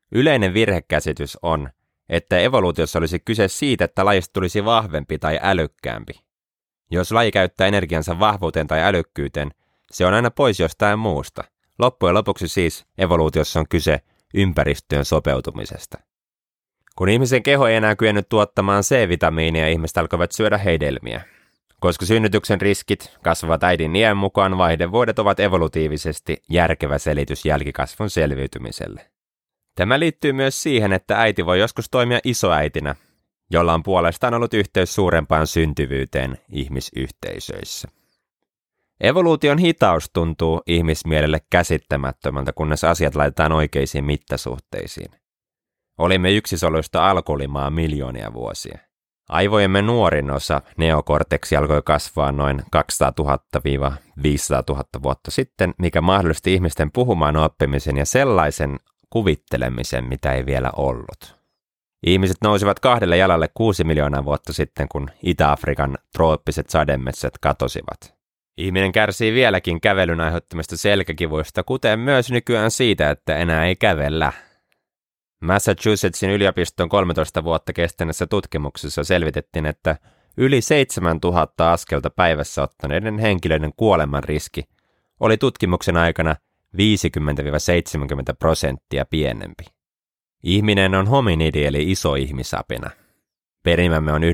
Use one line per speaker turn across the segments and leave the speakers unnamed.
Yleinen virhekäsitys on, että evoluutiossa olisi kyse siitä, että lajista tulisi vahvempi tai älykkäämpi. Jos laji käyttää energiansa vahvuuteen tai älykkyyteen, se on aina pois jostain muusta. Loppujen lopuksi siis evoluutiossa on kyse ympäristöön sopeutumisesta. Kun ihmisen keho ei enää kyennyt tuottamaan C-vitamiinia, ihmiset alkoivat syödä hedelmiä. Koska synnytyksen riskit kasvavat äidin iän mukaan, vaihdevuodet ovat evolutiivisesti järkevä selitys jälkikasvun selviytymiselle. Tämä liittyy myös siihen, että äiti voi joskus toimia isoäitinä, jolla on puolestaan ollut yhteys suurempaan syntyvyyteen ihmisyhteisöissä. Evoluution hitaus tuntuu ihmismielelle käsittämättömältä, kunnes asiat laitetaan oikeisiin mittasuhteisiin. Olimme yksisoluista alkulimaa miljoonia vuosia. Aivojemme nuorin osa, neokorteksi, alkoi kasvaa noin 200 000–500 000 vuotta sitten, mikä mahdollisti ihmisten puhumaan oppimisen ja sellaisen kuvittelemisen, mitä ei vielä ollut. Ihmiset nousivat kahdelle jalalle 6 miljoonaa vuotta sitten, kun Itä-Afrikan trooppiset sademetsät katosivat. Ihminen kärsii vieläkin kävelyn aiheuttamista selkäkivuista, kuten myös nykyään siitä, että enää ei kävellä. Massachusettsin yliopiston 13 vuotta kestäneessä tutkimuksessa selvitettiin, että yli 7000 askelta päivässä ottaneiden henkilöiden kuoleman riski oli tutkimuksen aikana 50–70% pienempi. Ihminen on hominidi eli iso ihmisapina. Perimämme on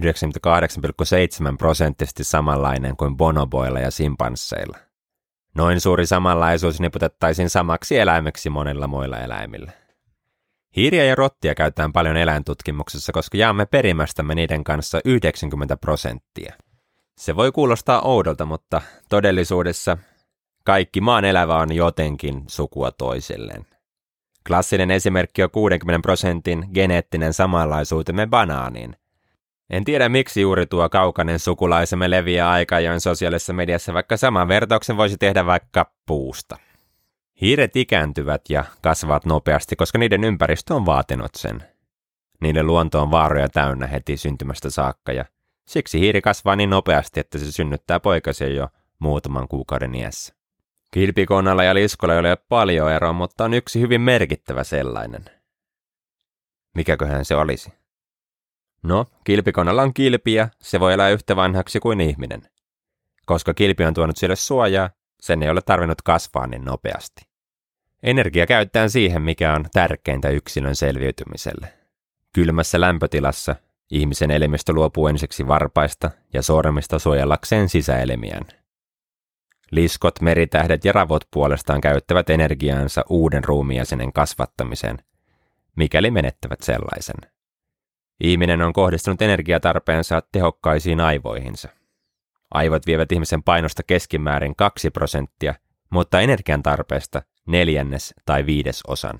98,7% samanlainen kuin bonoboilla ja simpansseilla. Noin suuri samanlaisuus niputettaisiin samaksi eläimeksi monilla muilla eläimillä. Hiiriä ja rottia käytetään paljon eläintutkimuksessa, koska jaamme perimästämme niiden kanssa 90%. Se voi kuulostaa oudolta, mutta todellisuudessa kaikki maan elävä on jotenkin sukua toisilleen. Klassinen esimerkki on 60% geneettinen samanlaisuutemme banaaniin. En tiedä miksi juuri tuo kaukainen sukulaisemme leviää aika ajoin sosiaalisessa mediassa, vaikka saman vertauksen voisi tehdä vaikka puusta. Hiiret ikääntyvät ja kasvavat nopeasti, koska niiden ympäristö on vaatinut sen. Niiden luonto on vaaroja täynnä heti syntymästä saakka ja siksi hiiri kasvaa niin nopeasti, että se synnyttää poikasia jo muutaman kuukauden iässä. Kilpikonnalla ja liskolla ei ole paljon eroa, mutta on yksi hyvin merkittävä sellainen. Mikäköhän se olisi? No, kilpikonnalla on kilpi ja se voi elää yhtä vanhaksi kuin ihminen. Koska kilpi on tuonut sille suojaa, sen ei ole tarvinnut kasvaa niin nopeasti. Energia käytetään siihen, mikä on tärkeintä yksilön selviytymiselle. Kylmässä lämpötilassa ihmisen elimistö luopuu ensiksi varpaista ja sormista suojellakseen sisäelimiään. Liskot, meritähdet ja ravut puolestaan käyttävät energiaansa uuden ruumiinjäsenen kasvattamiseen, mikäli menettävät sellaisen. Ihminen on kohdistanut energiatarpeensa tehokkaisiin aivoihinsa. Aivot vievät ihmisen painosta keskimäärin 2%, mutta energian tarpeesta 1/4 tai 1/5.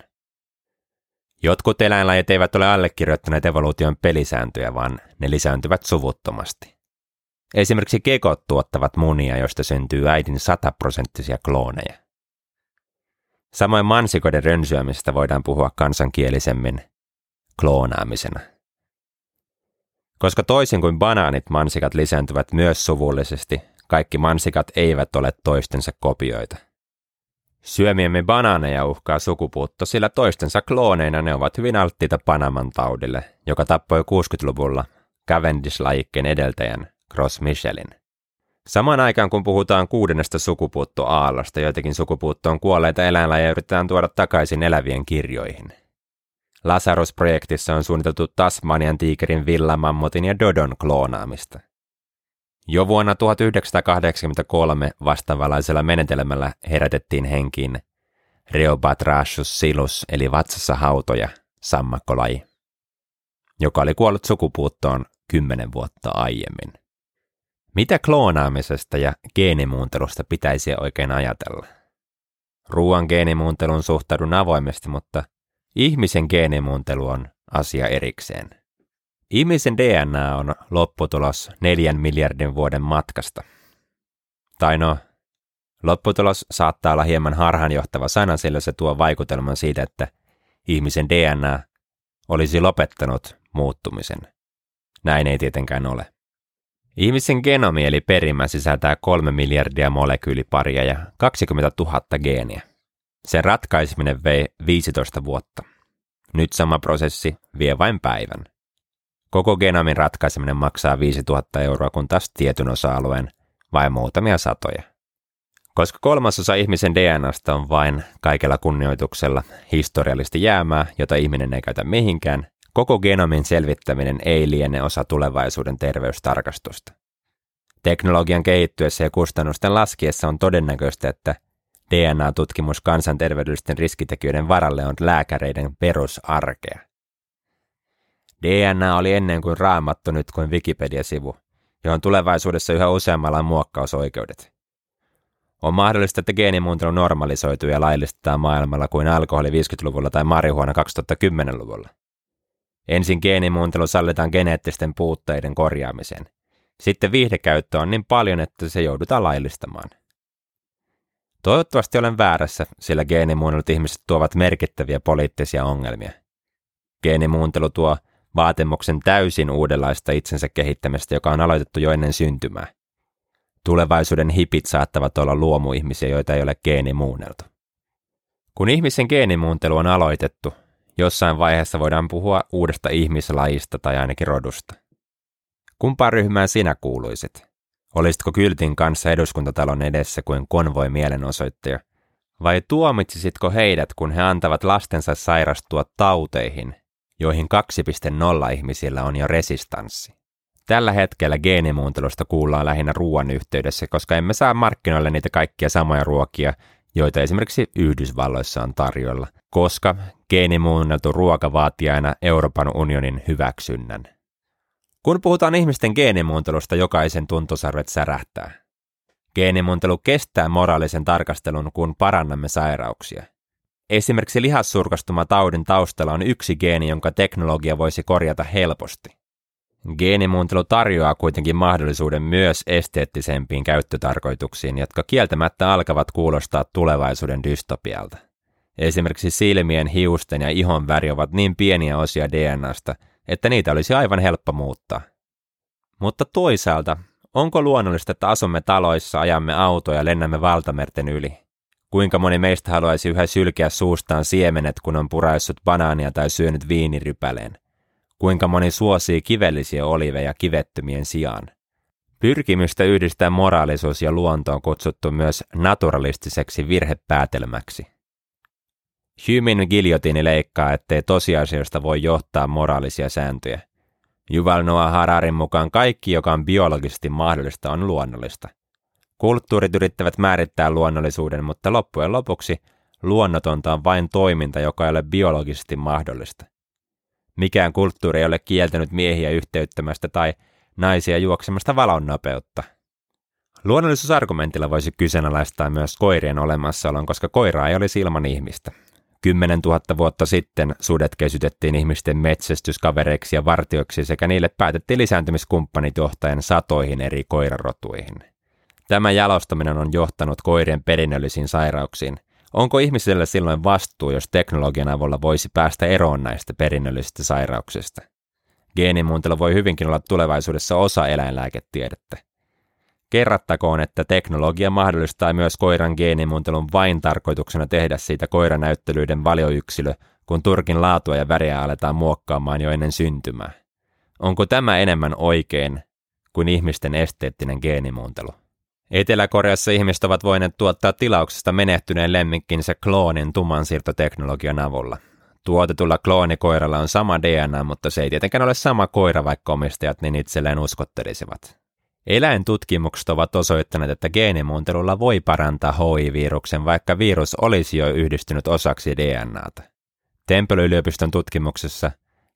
Jotkut eläinlajit eivät ole allekirjoittaneet evoluution pelisääntöjä, vaan ne lisääntyvät suvuttomasti. Esimerkiksi gekot tuottavat munia, joista syntyy äidin 100% klooneja. Samoin mansikoiden rönsyämisestä voidaan puhua kansankielisemmin kloonaamisena. Koska toisin kuin banaanit, mansikat lisääntyvät myös suvullisesti, kaikki mansikat eivät ole toistensa kopioita. Syömiemme banaaneja uhkaa sukupuutto, sillä toistensa klooneina ne ovat hyvin alttiita Panaman taudille, joka tappoi 60-luvulla Cavendish-lajikkeen edeltäjän Gros Michelin. Samaan aikaan kun puhutaan 6. sukupuuttoaallosta, joitakin sukupuuttoon kuolleita eläinlajeja yritetään tuoda takaisin elävien kirjoihin. Lazarus-projektissa on suunniteltu Tasmanian tiikerin, villamammutin ja dodon kloonaamista. Jo vuonna 1983 vastaavanlaisella menetelmällä herätettiin henkiin Rheobatrachus silus eli vatsassa hautoja sammakkolaji, joka oli kuollut sukupuuttoon 10 vuotta aiemmin. Mitä kloonaamisesta ja geenimuuntelusta pitäisi oikein ajatella? Ruoan geenimuunteluun suhtaudun avoimesti, mutta ihmisen geenimuuntelu on asia erikseen. Ihmisen DNA on lopputulos 4 miljardin vuoden matkasta. Tai no, lopputulos saattaa olla hieman harhaanjohtava sana, sillä se tuo vaikutelman siitä, että ihmisen DNA olisi lopettanut muuttumisen. Näin ei tietenkään ole. Ihmisen genomi eli perimä sisältää 3 miljardia molekyyliparia ja 20 000 geeniä. Sen ratkaiseminen vei 15 vuotta. Nyt sama prosessi vie vain päivän. Koko genomin ratkaiseminen maksaa 5 000 €, kun taas tietyn osa-alueen vain muutamia satoja. Koska 1/3 ihmisen DNAsta on vain kaikella kunnioituksella historiallisesti jäämää, jota ihminen ei käytä mihinkään, koko genomin selvittäminen ei liene osa tulevaisuuden terveystarkastusta. Teknologian kehittyessä ja kustannusten laskiessa on todennäköistä, että DNA-tutkimus kansanterveydellisten riskitekijöiden varalle on lääkäreiden perusarkea. DNA oli ennen kuin Raamattu, nyt kuin Wikipedia-sivu, johon tulevaisuudessa yhä useammalla on muokkausoikeudet. On mahdollista, että geenimuuntelu normalisoituu ja laillistetaan maailmalla kuin alkoholi 50-luvulla tai marihuona 2010-luvulla. Ensin geenimuuntelu sallitaan geneettisten puutteiden korjaamiseen. Sitten viihdekäyttö on niin paljon, että se joudutaan laillistamaan. Toivottavasti olen väärässä, sillä geenimuunnellut ihmiset tuovat merkittäviä poliittisia ongelmia. Geenimuuntelu tuo vaatimuksen täysin uudenlaista itsensä kehittämistä, joka on aloitettu jo ennen syntymää. Tulevaisuuden hipit saattavat olla luomuihmisiä, joita ei ole geenimuunneltu. Kun ihmisen geenimuuntelu on aloitettu, jossain vaiheessa voidaan puhua uudesta ihmislajista tai ainakin rodusta. Kumpaan ryhmään sinä kuuluisit? Olisitko kyltin kanssa eduskuntatalon edessä kuin konvoi mielenosoittaja? Vai tuomitsisitko heidät, kun he antavat lastensa sairastua tauteihin, joihin 2.0 ihmisillä on jo resistanssi? Tällä hetkellä geenimuuntelusta kuullaan lähinnä ruoan yhteydessä, koska emme saa markkinoille niitä kaikkia samoja ruokia, joita esimerkiksi Yhdysvalloissa on tarjolla, koska geenimuunneltu ruoka vaatii aina Euroopan unionin hyväksynnän. Kun puhutaan ihmisten geenimuuntelusta, jokaisen tuntosarvet särähtää. Geenimuuntelu kestää moraalisen tarkastelun, kun parannamme sairauksia. Esimerkiksi lihassurkastuma taudin taustalla on yksi geeni, jonka teknologia voisi korjata helposti. Geenimuuntelu tarjoaa kuitenkin mahdollisuuden myös esteettisempiin käyttötarkoituksiin, jotka kieltämättä alkavat kuulostaa tulevaisuuden dystopialta. Esimerkiksi silmien, hiusten ja ihon väri ovat niin pieniä osia DNAsta, että niitä olisi aivan helppo muuttaa. Mutta toisaalta, onko luonnollista, että asumme taloissa, ajamme autoja ja lennämme valtamerten yli? Kuinka moni meistä haluaisi yhä sylkeä suustaan siemenet, kun on puraissut banaania tai syönyt viinirypäleen? Kuinka moni suosii kivellisiä oliveja kivettömien sijaan? Pyrkimystä yhdistää moraalisuus ja luonto on kutsuttu myös naturalistiseksi virhepäätelmäksi. Humin giljotiini leikkaa, ettei tosiasioista voi johtaa moraalisia sääntöjä. Yuval Noah Hararin mukaan kaikki, joka on biologisesti mahdollista, on luonnollista. Kulttuurit yrittävät määrittää luonnollisuuden, mutta loppujen lopuksi luonnotonta on vain toiminta, joka ei ole biologisesti mahdollista. Mikään kulttuuri ei ole kieltänyt miehiä yhteyttämästä tai naisia juoksemasta valon nopeutta. Luonnollisuusargumentilla voisi kyseenalaistaa myös koirien olemassaolon, koska koiraa ei olisi ilman ihmistä. 10 000 vuotta sitten sudet kesytettiin ihmisten metsästyskavereiksi ja vartijoiksi sekä niille päätettiin lisääntymiskumppanit johtaen satoihin eri koirarotuihin. Tämä jalostaminen on johtanut koirien perinnöllisiin sairauksiin. Onko ihmisellä silloin vastuu, jos teknologian avulla voisi päästä eroon näistä perinnöllisistä sairauksista? Geenimuuntelu voi hyvinkin olla tulevaisuudessa osa eläinlääketiedettä. Kerrattakoon, että teknologia mahdollistaa myös koiran geenimuuntelun vain tarkoituksena tehdä siitä koiranäyttelyiden valioyksilö, kun turkin laatua ja väriä aletaan muokkaamaan jo ennen syntymää. Onko tämä enemmän oikein kuin ihmisten esteettinen geenimuuntelu? Etelä-Koreassa ihmiset ovat voineet tuottaa tilauksesta menehtyneen lemmikkinsä kloonin tumansiirtoteknologian avulla. Tuotetulla kloonikoiralla on sama DNA, mutta se ei tietenkään ole sama koira, vaikka omistajat niin itselleen uskottelisivat. Eläintutkimukset ovat osoittaneet, että geenimuuntelulla voi parantaa HIV-viruksen, vaikka virus olisi jo yhdistynyt osaksi DNAta. Temple-yliopiston tutkimuksessa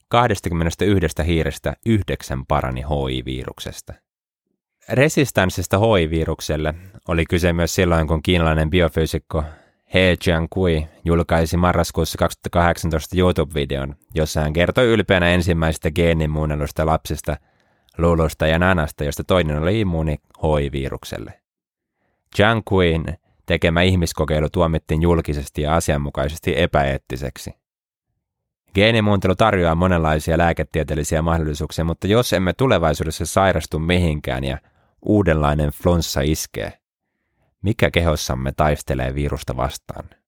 21 hiirestä 9 parani HIV-viruksesta. Resistanssista HIV-virukselle oli kyse myös silloin, kun kiinalainen biofyysikko He Jiankui julkaisi marraskuussa 2018 YouTube-videon, jossa hän kertoi ylpeänä ensimmäisistä geenimuunnellusta lapsista Lulusta ja Nanasta, josta toinen oli immuuni HIV-virukselle. Jiankuin tekemä ihmiskokeilu tuomittiin julkisesti ja asianmukaisesti epäeettiseksi. Geenimuuntelu tarjoaa monenlaisia lääketieteellisiä mahdollisuuksia, mutta jos emme tulevaisuudessa sairastu mihinkään ja uudenlainen flunssa iskee, mikä kehossamme taistelee virusta vastaan?